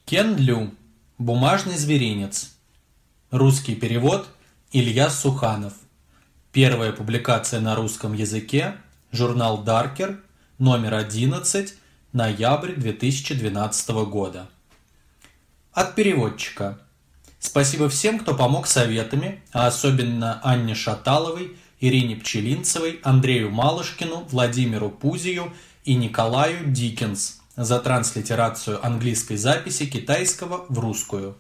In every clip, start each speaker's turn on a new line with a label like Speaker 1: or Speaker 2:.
Speaker 1: Кен Лю. Бумажный зверинец. Русский перевод Илья Суханов. Первая публикация на русском языке. Журнал Даркер. Номер 11. Ноябрь 2012 года. От переводчика. Спасибо всем, кто помог советами, а особенно Анне Шаталовой, Ирине Пчелинцевой, Андрею Малышкину, Владимиру Пузию и Николаю Диккенс за транслитерацию английской записи китайского в русскую.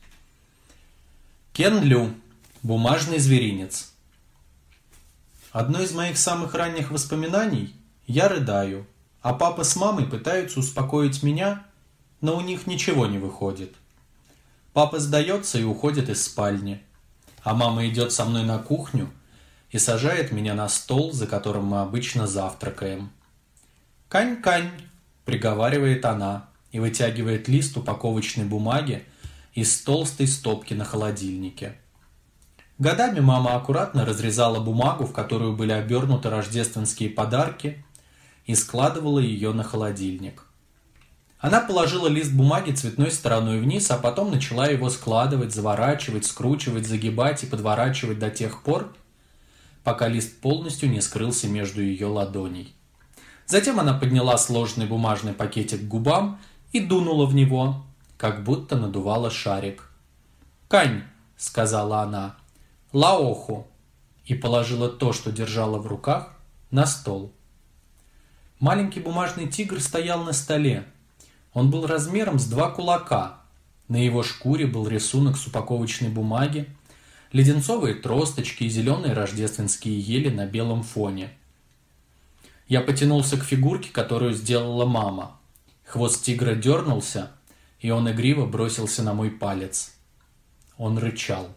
Speaker 1: Кен Лю. Бумажный зверинец. Одно из моих самых ранних воспоминаний – я рыдаю, а папа с мамой пытаются успокоить меня, но у них ничего не выходит. Папа сдается и уходит из спальни, а мама идет со мной на кухню и сажает меня на стол, за которым мы обычно завтракаем. «Кань-кань!» – приговаривает она и вытягивает лист упаковочной бумаги из толстой стопки на холодильнике. Годами мама аккуратно разрезала бумагу, в которую были обернуты рождественские подарки, и складывала ее на холодильник. Она положила лист бумаги цветной стороной вниз, а потом начала его складывать, заворачивать, скручивать, загибать и подворачивать до тех пор, пока лист полностью не скрылся между ее ладоней. Затем она подняла сложенный бумажный пакетик к губам и дунула в него, как будто надувала шарик. «Кань!» — сказала она. «Лаоху!» и положила то, что держала в руках, на стол. Маленький бумажный тигр стоял на столе. Он был размером с 2 кулака. На его шкуре был рисунок с упаковочной бумаги, леденцовые тросточки и зеленые рождественские ели на белом фоне. Я потянулся к фигурке, которую сделала мама. Хвост тигра дернулся, и он игриво бросился на мой палец. Он рычал.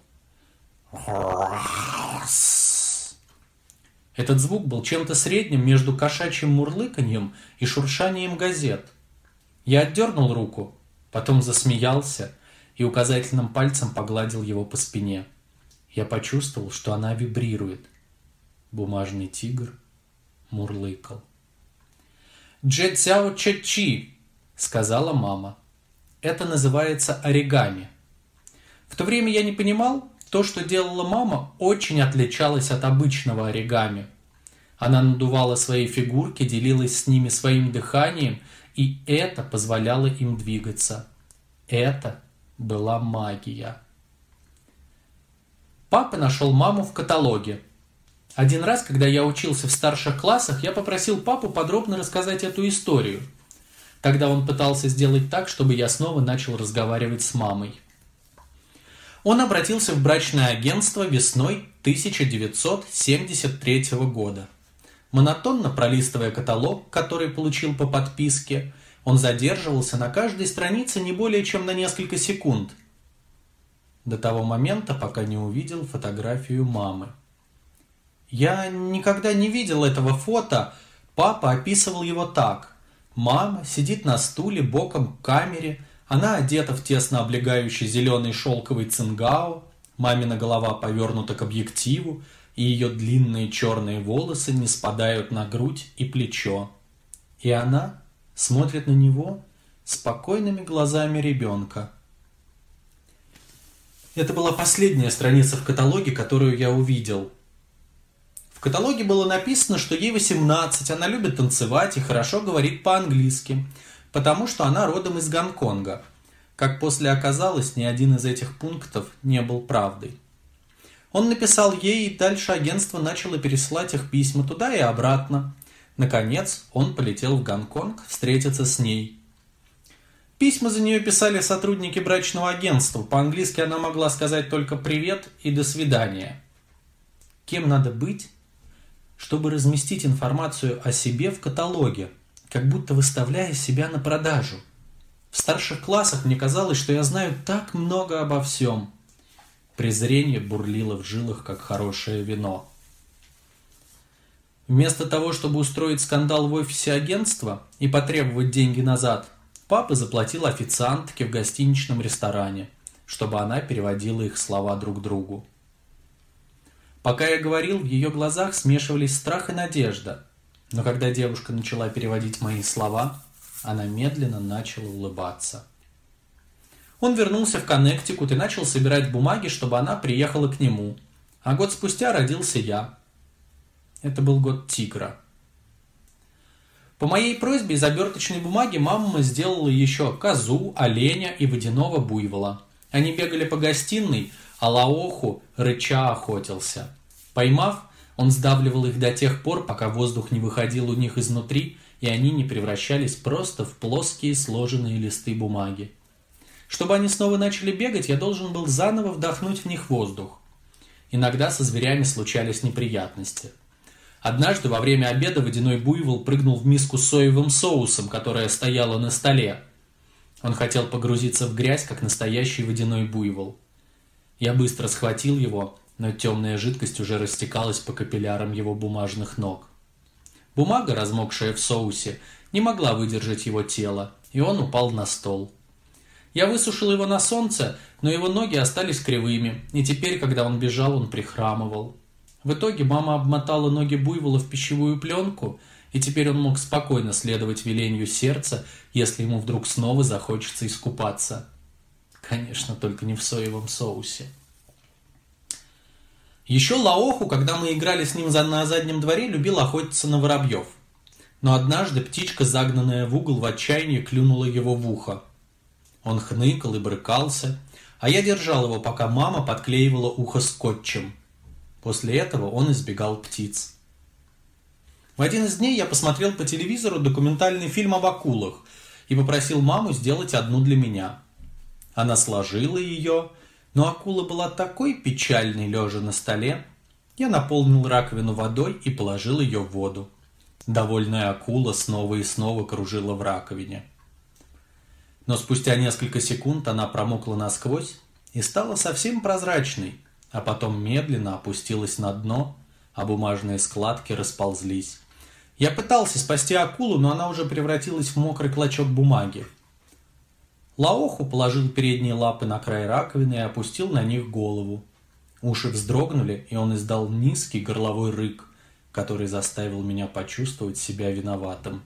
Speaker 1: Этот звук был чем-то средним между кошачьим мурлыканьем и шуршанием газет. Я отдернул руку, потом засмеялся и указательным пальцем погладил его по спине. Я почувствовал, что она вибрирует. Бумажный тигр мурлыкал. «Дже цяо че чи», — сказала мама. «Это называется оригами». В то время я не понимал, то, что делала мама, очень отличалось от обычного оригами. Она надувала свои фигурки, делилась с ними своим дыханием, и это позволяло им двигаться. Это была магия. Папа нашел маму в каталоге. Один раз, когда я учился в старших классах, я попросил папу подробно рассказать эту историю. Тогда он пытался сделать так, чтобы я снова начал разговаривать с мамой. Он обратился в брачное агентство весной 1973 года. Монотонно пролистывая каталог, который получил по подписке, он задерживался на каждой странице не более чем на несколько секунд. До того момента, пока не увидел фотографию мамы. Я никогда не видел этого фото, папа описывал его так. Мама сидит на стуле боком к камере, она одета в тесно облегающий зеленый шелковый цингао, мамина голова повернута к объективу, и ее длинные черные волосы не спадают на грудь и плечо. И она смотрит на него спокойными глазами ребенка. Это была последняя страница в каталоге, которую я увидел. В каталоге было написано, что ей 18, она любит танцевать и хорошо говорит по-английски, потому что она родом из Гонконга. Как после оказалось, ни один из этих пунктов не был правдой. Он написал ей, и дальше агентство начало пересылать их письма туда и обратно. Наконец, он полетел в Гонконг встретиться с ней. Письма за нее писали сотрудники брачного агентства. По-английски она могла сказать только «привет» и «до свидания». Кем надо быть, чтобы разместить информацию о себе в каталоге, как будто выставляя себя на продажу? В старших классах мне казалось, что я знаю так много обо всем. Презрение бурлило в жилах, как хорошее вино. Вместо того, чтобы устроить скандал в офисе агентства и потребовать деньги назад, папа заплатил официантке в гостиничном ресторане, чтобы она переводила их слова друг другу. Пока я говорил, в ее глазах смешивались страх и надежда, но когда девушка начала переводить мои слова, она медленно начала улыбаться. Он вернулся в Коннектикут и начал собирать бумаги, чтобы она приехала к нему. А год спустя родился я. Это был год тигра. По моей просьбе из оберточной бумаги мама сделала еще козу, оленя и водяного буйвола. Они бегали по гостиной, а Лаоху рыча охотился. Поймав, он сдавливал их до тех пор, пока воздух не выходил у них изнутри, и они не превращались просто в плоские сложенные листы бумаги. Чтобы они снова начали бегать, я должен был заново вдохнуть в них воздух. Иногда со зверями случались неприятности. Однажды во время обеда водяной буйвол прыгнул в миску с соевым соусом, которая стояла на столе. Он хотел погрузиться в грязь, как настоящий водяной буйвол. Я быстро схватил его, но темная жидкость уже растекалась по капиллярам его бумажных ног. Бумага, размокшая в соусе, не могла выдержать его тело, и он упал на стол. Я высушил его на солнце, но его ноги остались кривыми, и теперь, когда он бежал, он прихрамывал. В итоге мама обмотала ноги буйвола в пищевую пленку, и теперь он мог спокойно следовать велению сердца, если ему вдруг снова захочется искупаться. Конечно, только не в соевом соусе. Еще Лаоху, когда мы играли с ним на заднем дворе, любил охотиться на воробьев. Но однажды птичка, загнанная в угол, в отчаянии клюнула его в ухо. Он хныкал и брыкался, а я держал его, пока мама подклеивала ухо скотчем. После этого он избегал птиц. В один из дней я посмотрел по телевизору документальный фильм об акулах и попросил маму сделать одну для меня. Она сложила ее, но акула была такой печальной, лежа на столе. Я наполнил раковину водой и положил ее в воду. Довольная акула снова и снова кружила в раковине. Но спустя несколько секунд она промокла насквозь и стала совсем прозрачной, а потом медленно опустилась на дно, а бумажные складки расползлись. Я пытался спасти акулу, но она уже превратилась в мокрый клочок бумаги. Лаоху положил передние лапы на край раковины и опустил на них голову. Уши вздрогнули, и он издал низкий горловой рык, который заставил меня почувствовать себя виноватым.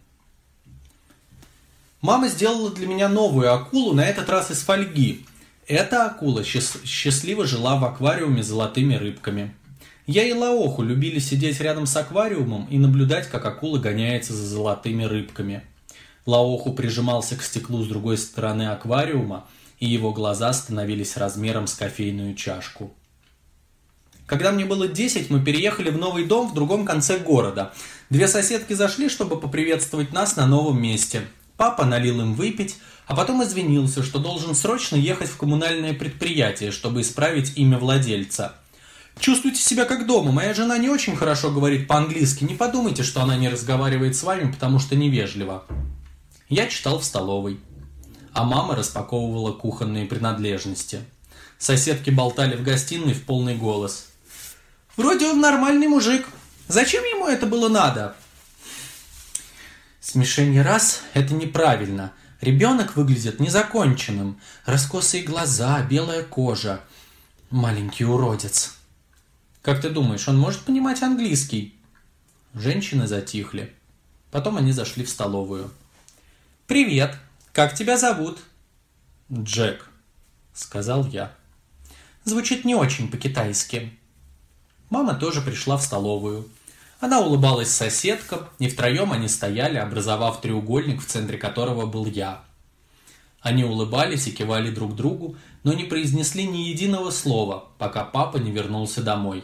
Speaker 1: Мама сделала для меня новую акулу, на этот раз из фольги. Эта акула счастливо жила в аквариуме с золотыми рыбками. Я и Лаоху любили сидеть рядом с аквариумом и наблюдать, как акула гоняется за золотыми рыбками. Лаоху прижимался к стеклу с другой стороны аквариума, и его глаза становились размером с кофейную чашку. Когда мне было 10, мы переехали в новый дом в другом конце города. Две соседки зашли, чтобы поприветствовать нас на новом месте. Папа налил им выпить, а потом извинился, что должен срочно ехать в коммунальное предприятие, чтобы исправить имя владельца. «Чувствуйте себя как дома. Моя жена не очень хорошо говорит по-английски. Не подумайте, что она не разговаривает с вами, потому что невежливо». Я читал в столовой, а мама распаковывала кухонные принадлежности. Соседки болтали в гостиной в полный голос. «Вроде он нормальный мужик. Зачем ему это было надо?» Смешение рас – это неправильно. Ребенок выглядит незаконченным. Раскосые глаза, белая кожа. Маленький уродец. Как ты думаешь, он может понимать английский? Женщины затихли. Потом они зашли в столовую. «Привет. Как тебя зовут?» «Джек», — сказал я. Звучит не очень по-китайски. Мама тоже пришла в столовую. Она улыбалась соседкам, и втроем они стояли, образовав треугольник, в центре которого был я. Они улыбались и кивали друг другу, но не произнесли ни единого слова, пока папа не вернулся домой.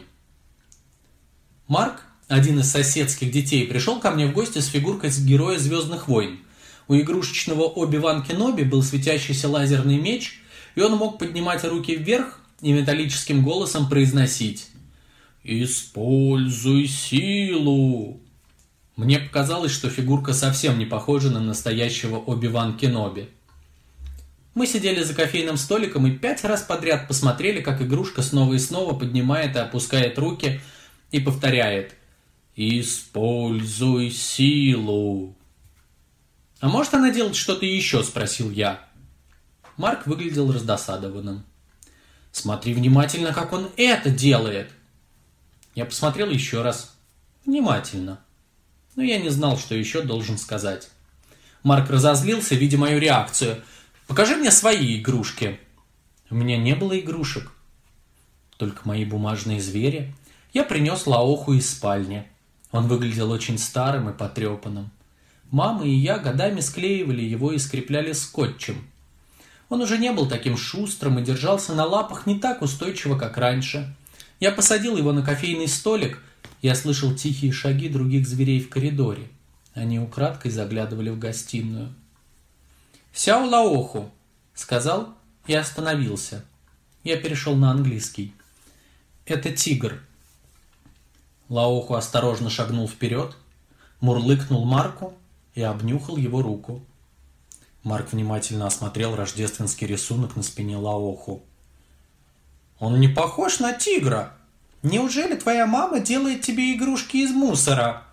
Speaker 1: Марк, один из соседских детей, пришел ко мне в гости с фигуркой героя «Звездных войн». У игрушечного Оби-Ван Кеноби был светящийся лазерный меч, и он мог поднимать руки вверх и металлическим голосом произносить «Используй силу!». Мне показалось, что фигурка совсем не похожа на настоящего Оби-Ван Кеноби. Мы сидели за кофейным столиком и 5 раз подряд посмотрели, как игрушка снова и снова поднимает и опускает руки и повторяет «Используй силу!». «А может она делать что-то еще?» – спросил я. Марк выглядел раздосадованным. «Смотри внимательно, как он это делает!» Я посмотрел еще раз. Внимательно. Но я не знал, что еще должен сказать. Марк разозлился, видя мою реакцию. Покажи мне свои игрушки». У меня не было игрушек, только мои бумажные звери. Я принес Лаоху из спальни. Он выглядел очень старым и потрепанным. Мама и я годами склеивали его и скрепляли скотчем. Он уже не был таким шустрым и держался на лапах не так устойчиво, как раньше. Я посадил его на кофейный столик. Я слышал тихие шаги других зверей в коридоре. Они украдкой заглядывали в гостиную. «Сяо Лаоху», — сказал и остановился. Я перешел на английский. «Это тигр». Лаоху осторожно шагнул вперед, мурлыкнул Марку и обнюхал его руку. Марк внимательно осмотрел рождественский рисунок на спине Лаоху. «Он не похож на тигра. Неужели твоя мама делает тебе игрушки из мусора?»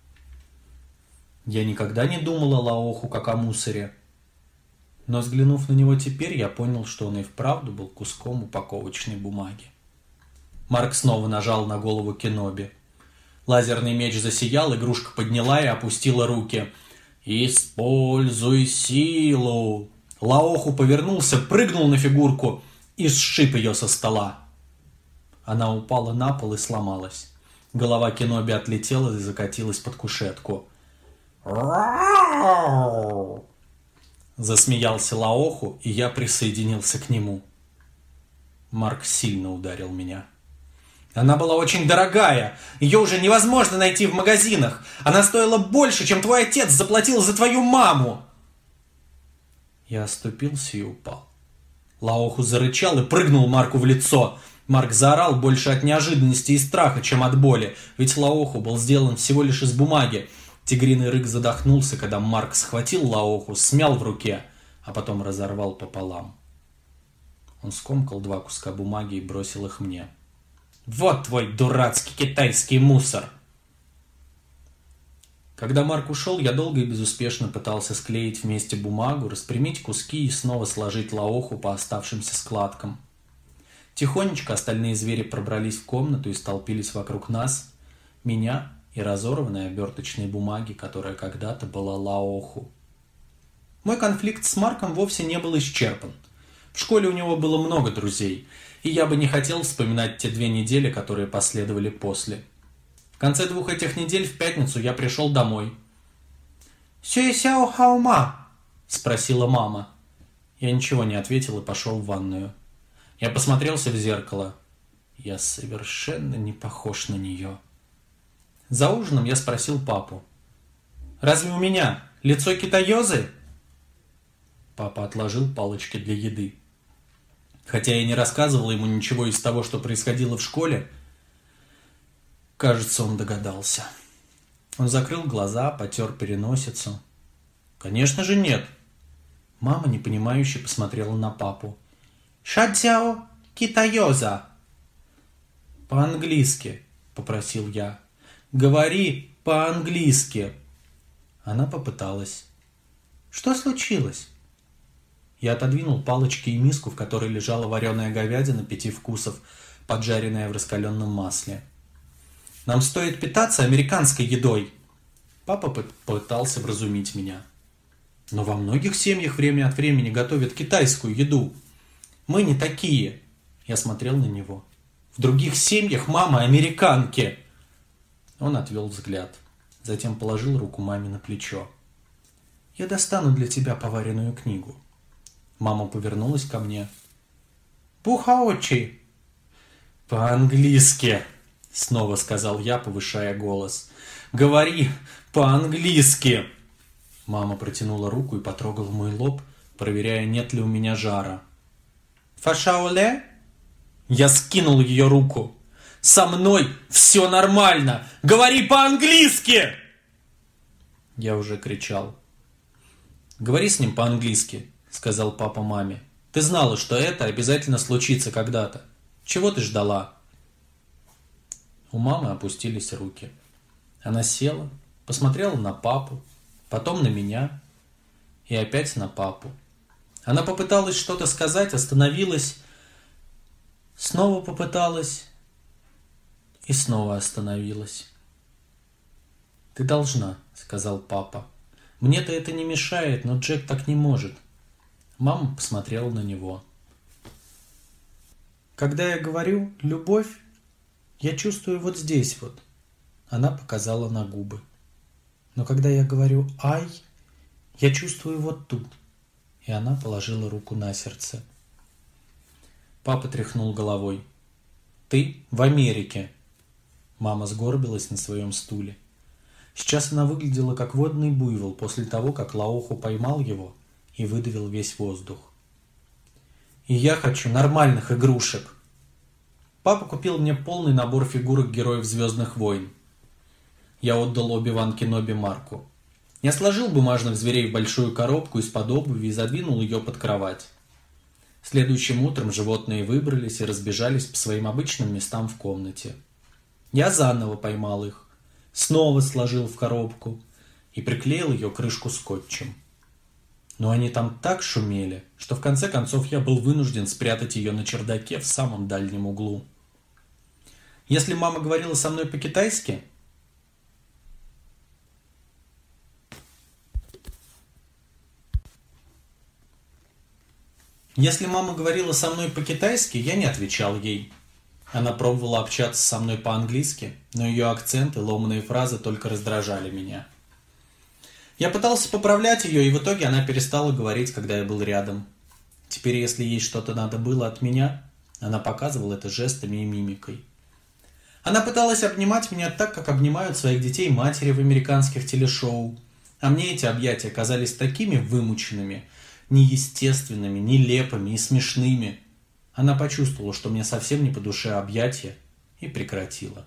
Speaker 1: Я никогда не думал о Лаоху как о мусоре. Но, взглянув на него теперь, я понял, что он и вправду был куском упаковочной бумаги. Марк снова нажал на голову Кеноби. Лазерный меч засиял, игрушка подняла и опустила руки. «Используй силу!» Лаоху повернулся, прыгнул на фигурку и сшиб ее со стола. Она упала на пол и сломалась. Голова Кеноби отлетела и закатилась под кушетку. Засмеялся Лаоху, и я присоединился к нему. Марк сильно ударил меня. «Она была очень дорогая. Ее уже невозможно найти в магазинах. Она стоила больше, чем твой отец заплатил за твою маму!» Я оступился и упал. Лаоху зарычал и прыгнул Марку в лицо. Марк заорал больше от неожиданности и страха, чем от боли, ведь Лаоху был сделан всего лишь из бумаги. Тигриный рык задохнулся, когда Марк схватил Лаоху, смял в руке, а потом разорвал пополам. Он скомкал 2 куска бумаги и бросил их мне. «Вот твой дурацкий китайский мусор!» Когда Марк ушел, я долго и безуспешно пытался склеить вместе бумагу, распрямить куски и снова сложить Лаоху по оставшимся складкам. Тихонечко остальные звери пробрались в комнату и столпились вокруг нас, меня и разорванной оберточной бумаги, которая когда-то была Лаоху. Мой конфликт с Марком вовсе не был исчерпан. В школе у него было много друзей, и я бы не хотел вспоминать те 2 недели, которые последовали после. В конце 2 этих недель в пятницу я пришел домой. «Сюэсяо хаума?» – спросила мама. Я ничего не ответил и пошел в ванную. Я посмотрелся в зеркало. Я совершенно не похож на нее. За ужином я спросил папу. «Разве у меня лицо китаёзы?» Папа отложил палочки для еды. Хотя я не рассказывал ему ничего из того, что происходило в школе, кажется, он догадался. Он закрыл глаза, потер переносицу. «Конечно же нет!» Мама непонимающе посмотрела на папу. «Шадзяо китаёза!» «По-английски», — попросил я. «Говори по-английски». Она попыталась. «Что случилось?» Я отодвинул палочки и миску, в которой лежала вареная говядина 5 вкусов, поджаренная в раскаленном масле. «Нам стоит питаться американской едой!» Папа попытался вразумить меня. «Но во многих семьях время от времени готовят китайскую еду. Мы не такие!» Я смотрел на него. «В других семьях мама американки!» Он отвел взгляд. Затем положил руку маме на плечо. «Я достану для тебя поваренную книгу». Мама повернулась ко мне. «Бухаочи!» «По-английски!» — снова сказал я, повышая голос. «Говори по-английски!» Мама протянула руку и потрогала мой лоб, проверяя, нет ли у меня жара. «Фашаоле?» Я скинул ее руку. «Со мной все нормально! Говори по-английски!» Я уже кричал. «Говори с ним по-английски», — сказал папа маме. «Ты знала, что это обязательно случится когда-то. Чего ты ждала?» У мамы опустились руки. Она села, посмотрела на папу, потом на меня и опять на папу. Она попыталась что-то сказать, остановилась, снова попыталась и снова остановилась. «Ты должна», — сказал папа. «Мне-то это не мешает, но Джек так не может. Мама посмотрела на него. Когда я говорю «любовь», я чувствую вот здесь вот. Она показала на губы. Но когда я говорю «ай», я чувствую вот тут. И она положила руку на сердце. Папа тряхнул головой. «Ты в Америке!» Мама сгорбилась на своем стуле. Сейчас она выглядела как водный буйвол после того, как Лаоху поймал его и выдавил весь воздух. «И я хочу нормальных игрушек!» Папа купил мне полный набор фигурок героев «Звездных войн». Я отдал Оби-Ван Кеноби марку. Я сложил бумажных зверей в большую коробку из-под обуви и задвинул ее под кровать. Следующим утром животные выбрались и разбежались по своим обычным местам в комнате. Я заново поймал их, снова сложил в коробку и приклеил ее крышку скотчем. Но они там так шумели, что в конце концов я был вынужден спрятать ее на чердаке в самом дальнем углу. Если мама говорила со мной по-китайски, я не отвечал ей. Она пробовала общаться со мной по-английски, но ее акцент и ломаные фразы только раздражали меня. Я пытался поправлять ее, и в итоге она перестала говорить, когда я был рядом. Теперь, если ей что-то надо было от меня, она показывала это жестами и мимикой. Она пыталась обнимать меня так, как обнимают своих детей матери в американских телешоу, а мне эти объятия казались такими вымученными, неестественными, нелепыми и смешными. Она почувствовала, что мне совсем не по душе объятия, и прекратила.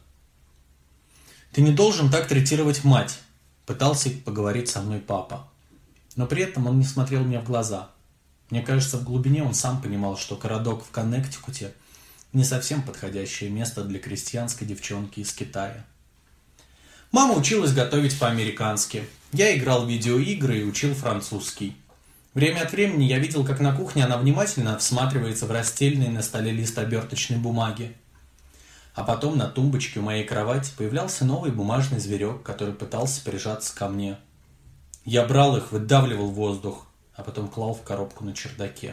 Speaker 1: «Ты не должен так третировать мать», — пытался поговорить со мной папа. Но при этом он не смотрел мне в глаза. Мне кажется, в глубине он сам понимал, что городок в Коннектикуте не совсем подходящее место для крестьянской девчонки из Китая. Мама училась готовить по-американски. Я играл в видеоигры и учил французский. Время от времени я видел, как на кухне она внимательно всматривается в расстеленный на столе лист оберточной бумаги. А потом на тумбочке у моей кровати появлялся новый бумажный зверек, который пытался прижаться ко мне. Я брал их, выдавливал воздух, а потом клал в коробку на чердаке.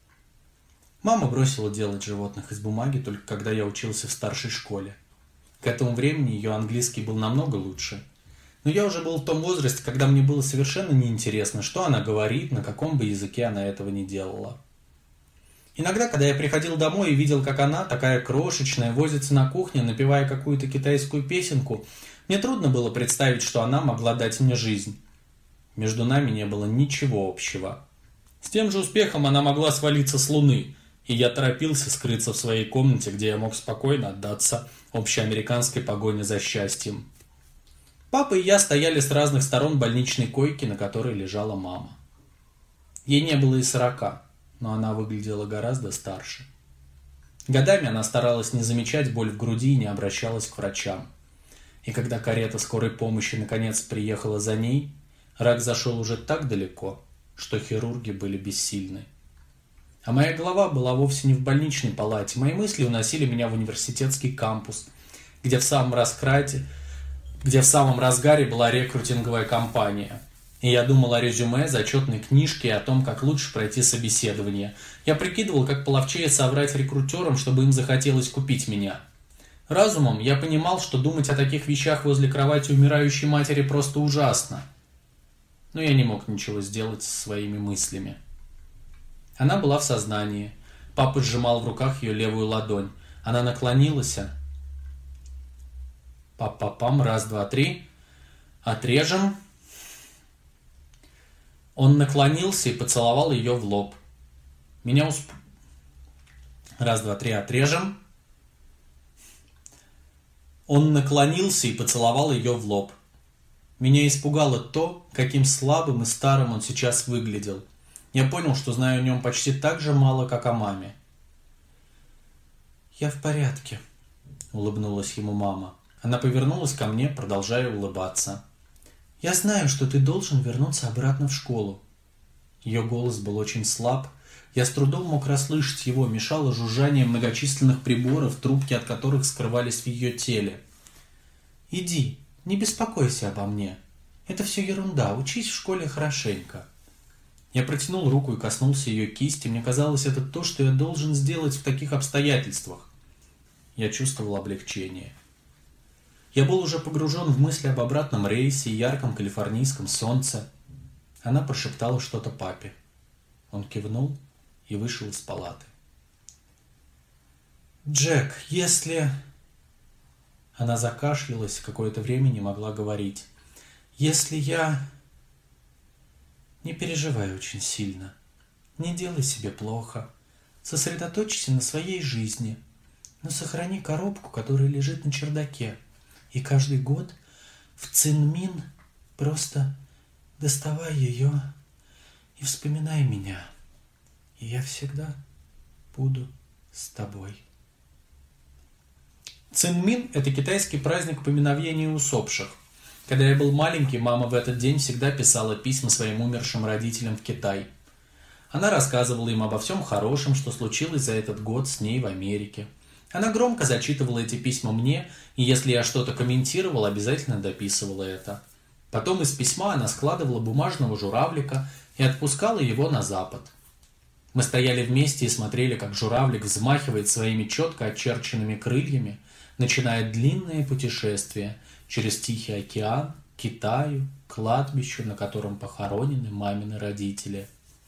Speaker 1: Мама бросила делать животных из бумаги только когда я учился в старшей школе. К этому времени ее английский был намного лучше. Но я уже был в том возрасте, когда мне было совершенно неинтересно, что она говорит, на каком бы языке она этого не делала. Иногда, когда я приходил домой и видел, как она, такая крошечная, возится на кухне, напевая какую-то китайскую песенку, мне трудно было представить, что она могла дать мне жизнь. Между нами не было ничего общего. С тем же успехом она могла свалиться с Луны, и я торопился скрыться в своей комнате, где я мог спокойно отдаться общеамериканской погоне за счастьем. Папа и я стояли с разных сторон больничной койки, на которой лежала мама. Ей не было и 40, но она выглядела гораздо старше. Годами она старалась не замечать боль в груди и не обращалась к врачам. И когда карета скорой помощи наконец приехала за ней, рак зашел уже так далеко, что хирурги были бессильны. А моя голова была вовсе не в больничной палате. Мои мысли уносили меня в университетский кампус, где в самом разгаре была рекрутинговая кампания. И я думал о резюме, зачетной книжке и о том, как лучше пройти собеседование. Я прикидывал, как половчее соврать рекрутерам, чтобы им захотелось купить меня. Разумом я понимал, что думать о таких вещах возле кровати умирающей матери просто ужасно. Но я не мог ничего сделать со своими мыслями. Она была в сознании. Папа сжимал в руках ее левую ладонь. Она наклонилась. Пам-пам-пам, раз, два, три. Отрежем. Он наклонился и поцеловал ее в лоб. Раз, два, три, отрежем. Он наклонился и поцеловал ее в лоб. Меня испугало то, каким слабым и старым он сейчас выглядел. Я понял, что знаю о нем почти так же мало, как о маме. «Я в порядке», — улыбнулась ему мама. Она повернулась ко мне, продолжая улыбаться. «Я знаю, что ты должен вернуться обратно в школу». Ее голос был очень слаб. Я с трудом мог расслышать его, мешало жужжание многочисленных приборов, трубки от которых скрывались в ее теле. «Иди, не беспокойся обо мне. Это все ерунда, учись в школе хорошенько». Я протянул руку и коснулся ее кисти. Мне казалось, это то, что я должен сделать в таких обстоятельствах. Я чувствовал облегчение. Я был уже погружен в мысли об обратном рейсе и ярком калифорнийском солнце. Она прошептала что-то папе. Он кивнул и вышел из палаты. «Джек, если...» Она закашлялась, какое-то время не могла говорить. «Если я...» «Не переживай очень сильно. Не делай себе плохо. Сосредоточься на своей жизни. Но сохрани коробку, которая лежит на чердаке. И каждый год в Цинмин просто доставай ее и вспоминай меня. И я всегда буду с тобой». Цинмин – это китайский праздник поминовения усопших. Когда я был маленький, мама в этот день всегда писала письма своим умершим родителям в Китай. Она рассказывала им обо всем хорошем, что случилось за этот год с ней в Америке. Она громко зачитывала эти письма мне, и если я что-то комментировал, обязательно дописывала это. Потом из письма она складывала бумажного журавлика и отпускала его на запад. Мы стояли вместе и смотрели, как журавлик взмахивает своими четко очерченными крыльями, начиная длинное путешествие через Тихий океан, к Китаю, к кладбищу, на котором похоронены мамины родители.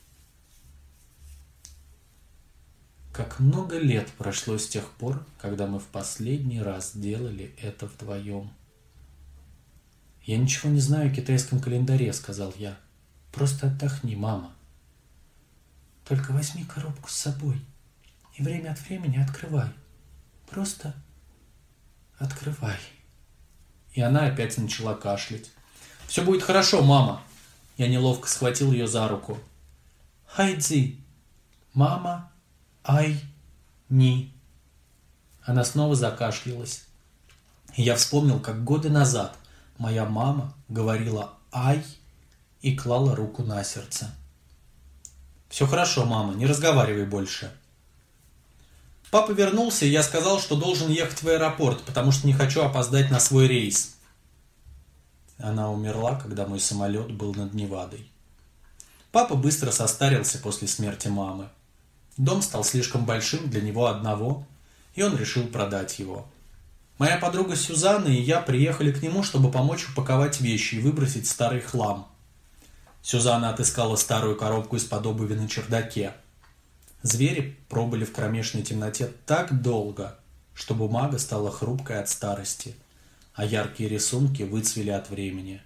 Speaker 1: Как много лет прошло с тех пор, когда мы в последний раз делали это вдвоем. «Я ничего не знаю о китайском календаре», — сказал я. «Просто отдохни, мама». «Только возьми коробку с собой и время от времени открывай. Просто открывай». И она опять начала кашлять. «Все будет хорошо, мама». Я неловко схватил ее за руку. «Хайдзи, мама, ай, ни». Она снова закашлялась. И я вспомнил, как годы назад моя мама говорила «ай» и клала руку на сердце. «Все хорошо, мама, не разговаривай больше». Папа вернулся, и я сказал, что должен ехать в аэропорт, потому что не хочу опоздать на свой рейс. Она умерла, когда мой самолет был над Невадой. Папа быстро состарился после смерти мамы. Дом стал слишком большим для него одного, и он решил продать его. Моя подруга Сюзанна и я приехали к нему, чтобы помочь упаковать вещи и выбросить старый хлам. Сюзанна отыскала старую коробку из-под обуви на чердаке. Звери пробыли в кромешной темноте так долго, что бумага стала хрупкой от старости, а яркие рисунки выцвели от времени.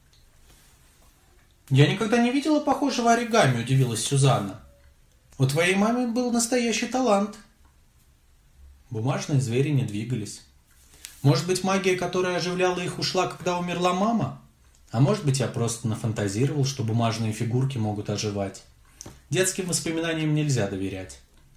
Speaker 1: «Я никогда не видела похожего оригами», — удивилась Сюзанна. «У твоей мамы был настоящий талант». Бумажные звери не двигались. Может быть, магия, которая оживляла их, ушла, когда умерла мама? А может быть, я просто нафантазировал, что бумажные фигурки могут оживать. Детским воспоминаниям нельзя доверять.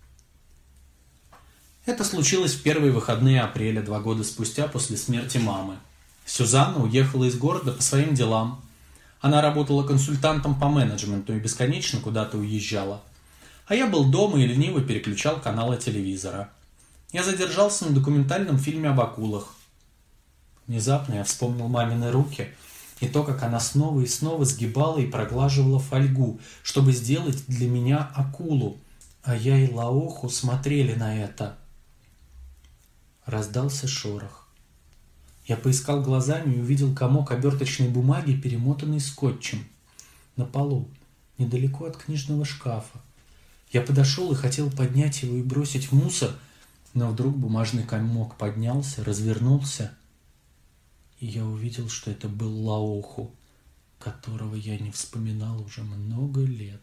Speaker 1: Это случилось в первые выходные апреля, 2 года спустя после смерти мамы. Сюзанна уехала из города по своим делам. Она работала консультантом по менеджменту и бесконечно куда-то уезжала. А я был дома и лениво переключал каналы телевизора. Я задержался на документальном фильме об акулах. Внезапно я вспомнил мамины руки и то, как она снова и снова сгибала и проглаживала фольгу, чтобы сделать для меня акулу, а я и Лаоху смотрели на это. Раздался шорох. Я поискал глазами и увидел комок оберточной бумаги, перемотанный скотчем, на полу, недалеко от книжного шкафа. Я подошел и хотел поднять его и бросить в мусор, но вдруг бумажный комок поднялся, развернулся, и я увидел, что это был Лаоху, которого я не вспоминал уже много лет.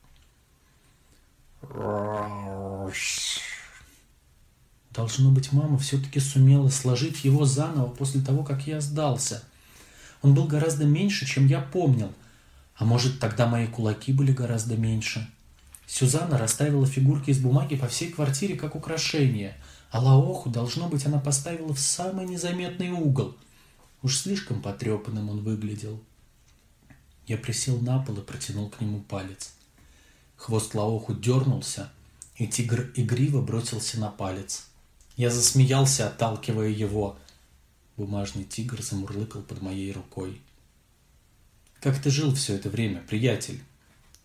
Speaker 1: Должно быть, мама все-таки сумела сложить его заново после того, как я сдался. Он был гораздо меньше, чем я помнил. А может, тогда мои кулаки были гораздо меньше. Сюзанна расставила фигурки из бумаги по всей квартире как украшение, а Лаоху, должно быть, она поставила в самый незаметный угол. Уж слишком потрепанным он выглядел. Я присел на пол и протянул к нему палец. Хвост Лаоху дернулся, и тигр игриво бросился на палец. Я засмеялся, отталкивая его. Бумажный тигр замурлыкал под моей рукой. «Как ты жил все это время, приятель?»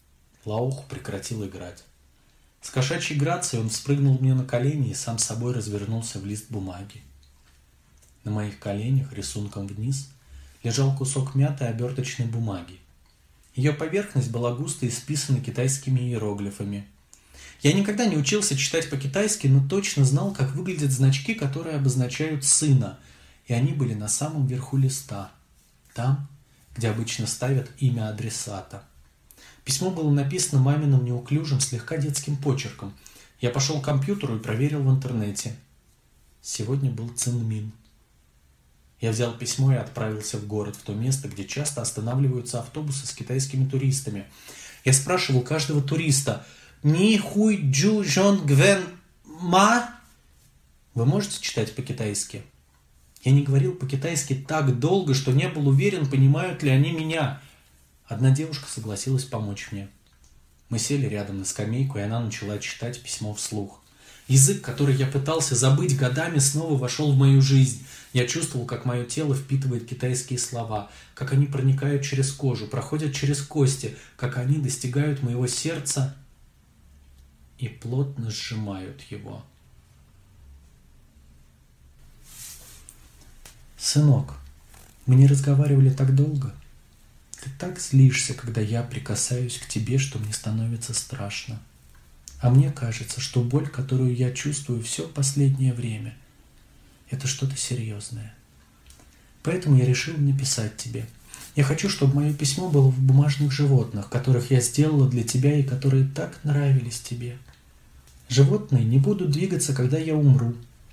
Speaker 1: Лаоху прекратил играть. С кошачьей грацией он спрыгнул мне на колени и сам собой развернулся в лист бумаги. На моих коленях рисунком вниз лежал кусок мятой оберточной бумаги. Ее поверхность была густо исписана китайскими иероглифами. Я никогда не учился читать по-китайски, но точно знал, как выглядят значки, которые обозначают сына, и они были на самом верху листа, там, где обычно ставят имя адресата. Письмо было написано маминым неуклюжим, слегка детским почерком. Я пошел к компьютеру и проверил в интернете. Сегодня был Цинмин. Я взял письмо и отправился в город, в то место, где часто останавливаются автобусы с китайскими туристами. Я спрашивал каждого туриста: «Ни хуй джу жон гвен ма?» Вы можете читать по-китайски? Я не говорил по-китайски так долго, что не был уверен, понимают ли они меня. Одна девушка согласилась помочь мне. Мы сели рядом на скамейку, и она начала читать письмо вслух. Язык, который я пытался забыть годами, снова вошел в мою жизнь. Я чувствовал, как мое тело впитывает китайские слова, как они проникают через кожу, проходят через кости, как они достигают моего сердца и плотно сжимают его. «Сынок, мы не разговаривали так долго. Ты так злишься, когда я прикасаюсь к тебе, что мне становится страшно. А мне кажется, что боль, которую я чувствую все последнее время, это что-то серьезное. Поэтому я решил написать тебе. Я хочу, чтобы мое письмо было в бумажных животных, которых я сделала для тебя и которые так нравились тебе. Животные не будут двигаться, когда я умру.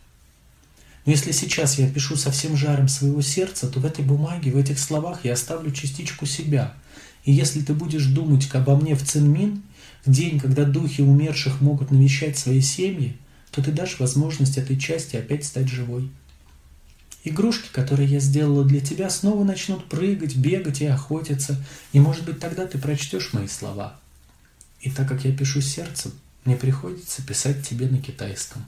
Speaker 1: Но если сейчас я пишу со всем жаром своего сердца, то в этой бумаге, в этих словах я оставлю частичку себя. И если ты будешь думать обо мне в Цинмин, в день, когда духи умерших могут навещать свои семьи, то ты дашь возможность этой части опять стать живой. Игрушки, которые я сделала для тебя, снова начнут прыгать, бегать и охотиться, и, может быть, тогда ты прочтешь мои слова. И так как я пишу сердцем, мне приходится писать тебе на китайском.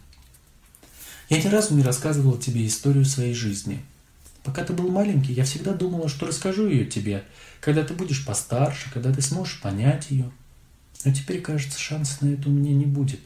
Speaker 1: Я ни разу не рассказывала тебе историю своей жизни. Пока ты был маленький, я всегда думала, что расскажу ее тебе, когда ты будешь постарше, когда ты сможешь понять ее. Но теперь, кажется, шанса на это у меня не будет.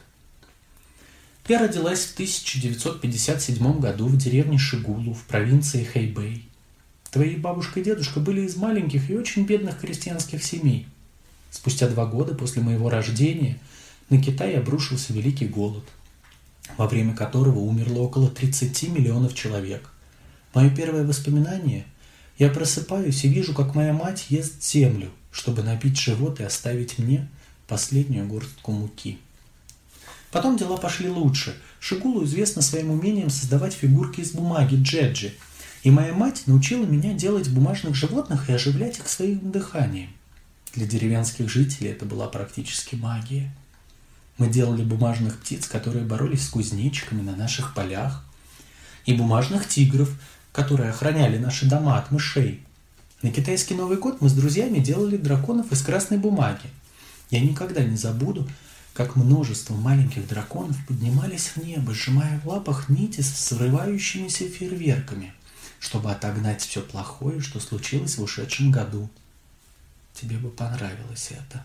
Speaker 1: Я родилась в 1957 году в деревне Шигулу в провинции Хэйбэй. Твои бабушка и дедушка были из маленьких и очень бедных крестьянских семей. Спустя 2 года после моего рождения на Китай обрушился великий голод, во время которого умерло около 30 миллионов человек. Мое первое воспоминание – я просыпаюсь и вижу, как моя мать ест землю, чтобы набить живот и оставить мне последнюю горстку муки. Потом дела пошли лучше. Шигулу известна своим умением создавать фигурки из бумаги джеджи, и моя мать научила меня делать бумажных животных и оживлять их своим дыханием. Для деревенских жителей это была практически магия. Мы делали бумажных птиц, которые боролись с кузнечиками на наших полях, и бумажных тигров, которые охраняли наши дома от мышей. На китайский Новый год мы с друзьями делали драконов из красной бумаги. Я никогда не забуду, как множество маленьких драконов поднимались в небо, сжимая в лапах нити с взрывающимися фейерверками, чтобы отогнать все плохое, что случилось в ушедшем году. Тебе бы понравилось это.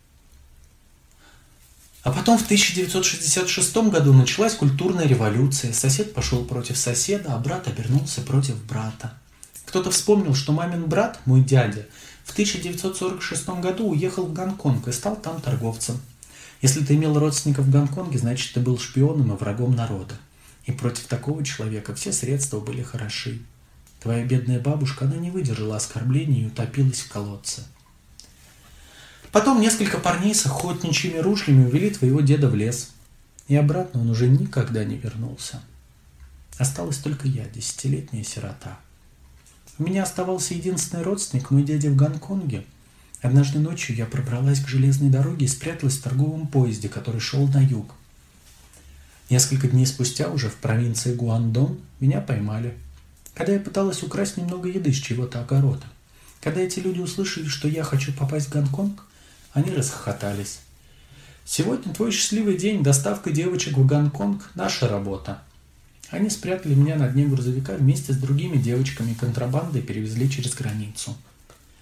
Speaker 1: А потом в 1966 году началась культурная революция. Сосед пошел против соседа, а брат обернулся против брата. Кто-то вспомнил, что мамин брат, мой дядя, в 1946 году уехал в Гонконг и стал там торговцем. Если ты имел родственников в Гонконге, значит, ты был шпионом и врагом народа. И против такого человека все средства были хороши. Твоя бедная бабушка, она не выдержала оскорблений и утопилась в колодце. Потом несколько парней с охотничьими ружьями увели твоего деда в лес. И обратно он уже никогда не вернулся. Осталась только я, 10-летняя сирота. У меня оставался единственный родственник, мой дядя в Гонконге. Однажды ночью я пробралась к железной дороге и спряталась в торговом поезде, который шел на юг. Несколько дней спустя, уже в провинции Гуандон, меня поймали, когда я пыталась украсть немного еды с чьего-то огорода. Когда эти люди услышали, что я хочу попасть в Гонконг, они расхохотались. Сегодня твой счастливый день, доставка девочек в Гонконг – наша работа. Они спрятали меня на дне грузовика вместе с другими девочками и контрабандой перевезли через границу.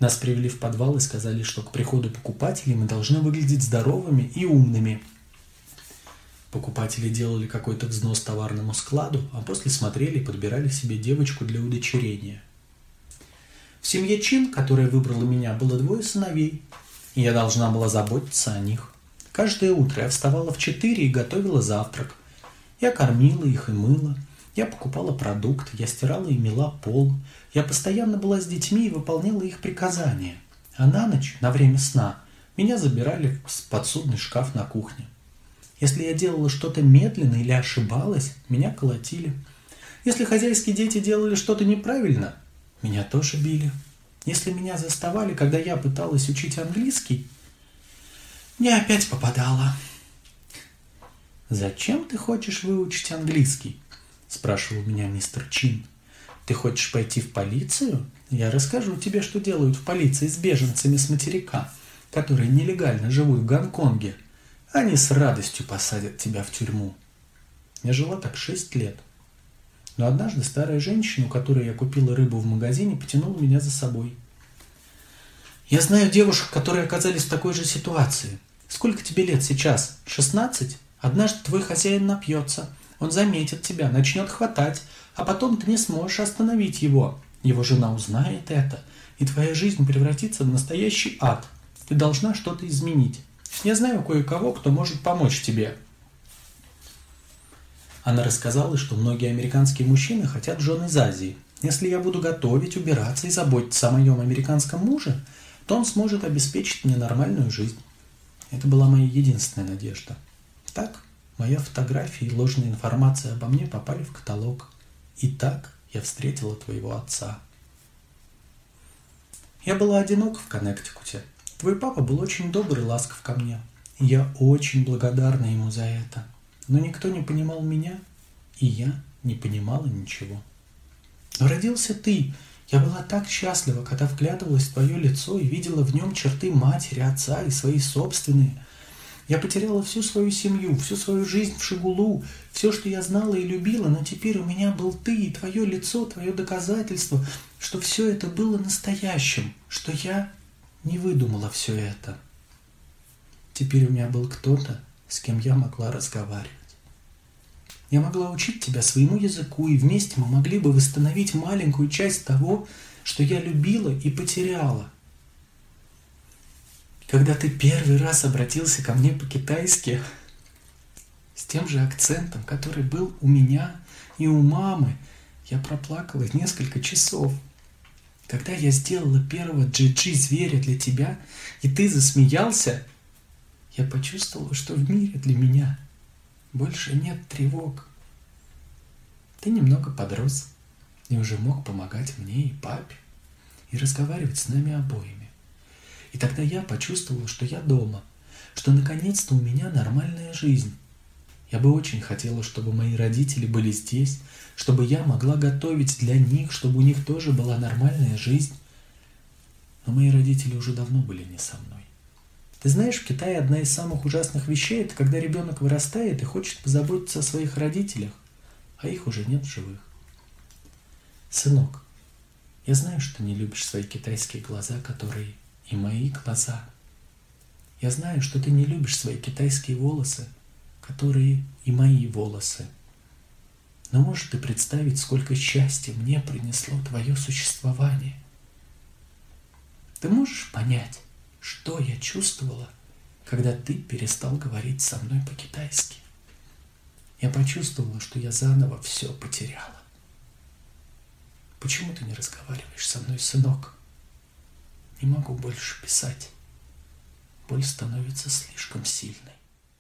Speaker 1: Нас привели в подвал и сказали, что к приходу покупателей мы должны выглядеть здоровыми и умными. Покупатели делали какой-то взнос товарному складу, а после смотрели и подбирали себе девочку для удочерения. В семье Чин, которая выбрала меня, было 2 сыновей, и я должна была заботиться о них. Каждое утро я вставала в 4 и готовила завтрак. Я кормила их и мыла. Я покупала продукты, я стирала и мела пол. Я постоянно была с детьми и выполняла их приказания. А на ночь, на время сна, меня забирали в подсудный шкаф на кухне. Если я делала что-то медленно или ошибалась, меня колотили. Если хозяйские дети делали что-то неправильно, меня тоже били. Если меня заставали, когда я пыталась учить английский, я опять попадала. «Зачем ты хочешь выучить английский?» – спрашивал меня мистер Чин. «Ты хочешь пойти в полицию? Я расскажу тебе, что делают в полиции с беженцами с материка, которые нелегально живут в Гонконге. Они с радостью посадят тебя в тюрьму». Я жила так 6 лет. Но однажды старая женщина, у которой я купила рыбу в магазине, потянула меня за собой. «Я знаю девушек, которые оказались в такой же ситуации. Сколько тебе лет сейчас? 16? Однажды твой хозяин напьется. Он заметит тебя, начнет хватать, а потом ты не сможешь остановить его. Его жена узнает это, и твоя жизнь превратится в настоящий ад. Ты должна что-то изменить. Я знаю кое-кого, кто может помочь тебе». Она рассказала, что многие американские мужчины хотят жен из Азии. Если я буду готовить, убираться и заботиться о моем американском муже, то он сможет обеспечить мне нормальную жизнь. Это была моя единственная надежда. Так, моя фотография и ложная информация обо мне попали в каталог. И так я встретила твоего отца. Я была одинока в Коннектикуте. Твой папа был очень добр и ласков ко мне. И я очень благодарна ему за это. Но никто не понимал меня, и я не понимала ничего. Но родился ты. Я была так счастлива, когда вглядывалась в твое лицо и видела в нем черты матери, отца и свои собственные. Я потеряла всю свою семью, всю свою жизнь в Шигулу, все, что я знала и любила, но теперь у меня был ты и твое лицо, твое доказательство, что все это было настоящим, что я не выдумала все это. Теперь у меня был кто-то, с кем я могла разговаривать. Я могла учить тебя своему языку, и вместе мы могли бы восстановить маленькую часть того, что я любила и потеряла. Когда ты первый раз обратился ко мне по-китайски, с тем же акцентом, который был у меня и у мамы, я проплакала несколько часов. Когда я сделала первого джи-джи зверя для тебя, и ты засмеялся, я почувствовала, что в мире для меня больше нет тревог. Ты немного подрос и уже мог помогать мне и папе, и разговаривать с нами обоими. И тогда я почувствовала, что я дома, что наконец-то у меня нормальная жизнь. Я бы очень хотела, чтобы мои родители были здесь, чтобы я могла готовить для них, чтобы у них тоже была нормальная жизнь. Но мои родители уже давно были не со мной. Ты знаешь, в Китае одна из самых ужасных вещей – это когда ребенок вырастает и хочет позаботиться о своих родителях, а их уже нет в живых. Сынок, я знаю, что ты не любишь свои китайские глаза, которые и мои глаза. Я знаю, что ты не любишь свои китайские волосы, которые и мои волосы. Но можешь ты представить, сколько счастья мне принесло твое существование? Ты можешь понять, что я чувствовала, когда ты перестал говорить со мной по-китайски? Я почувствовала, что я заново все потеряла. Почему ты не разговариваешь со мной, сынок? Не могу больше писать. Боль становится слишком сильной.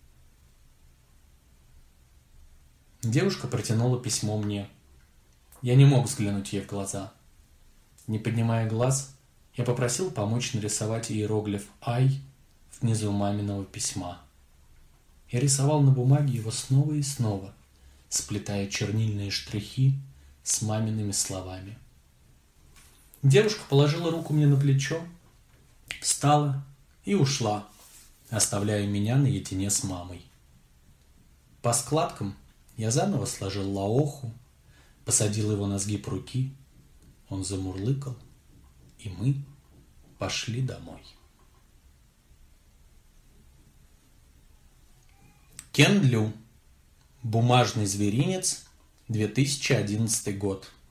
Speaker 1: Девушка протянула письмо мне. Я не мог взглянуть ей в глаза. Не поднимая глаз, я попросил помочь нарисовать иероглиф «Ай» внизу маминого письма. Я рисовал на бумаге его снова и снова, сплетая чернильные штрихи с мамиными словами. Девушка положила руку мне на плечо, встала и ушла, оставляя меня наедине с мамой. По складкам я заново сложил лаоху, посадил его на сгиб руки, он замурлыкал, и мы пошли домой. Кен Лю. Бумажный зверинец. 2011 год.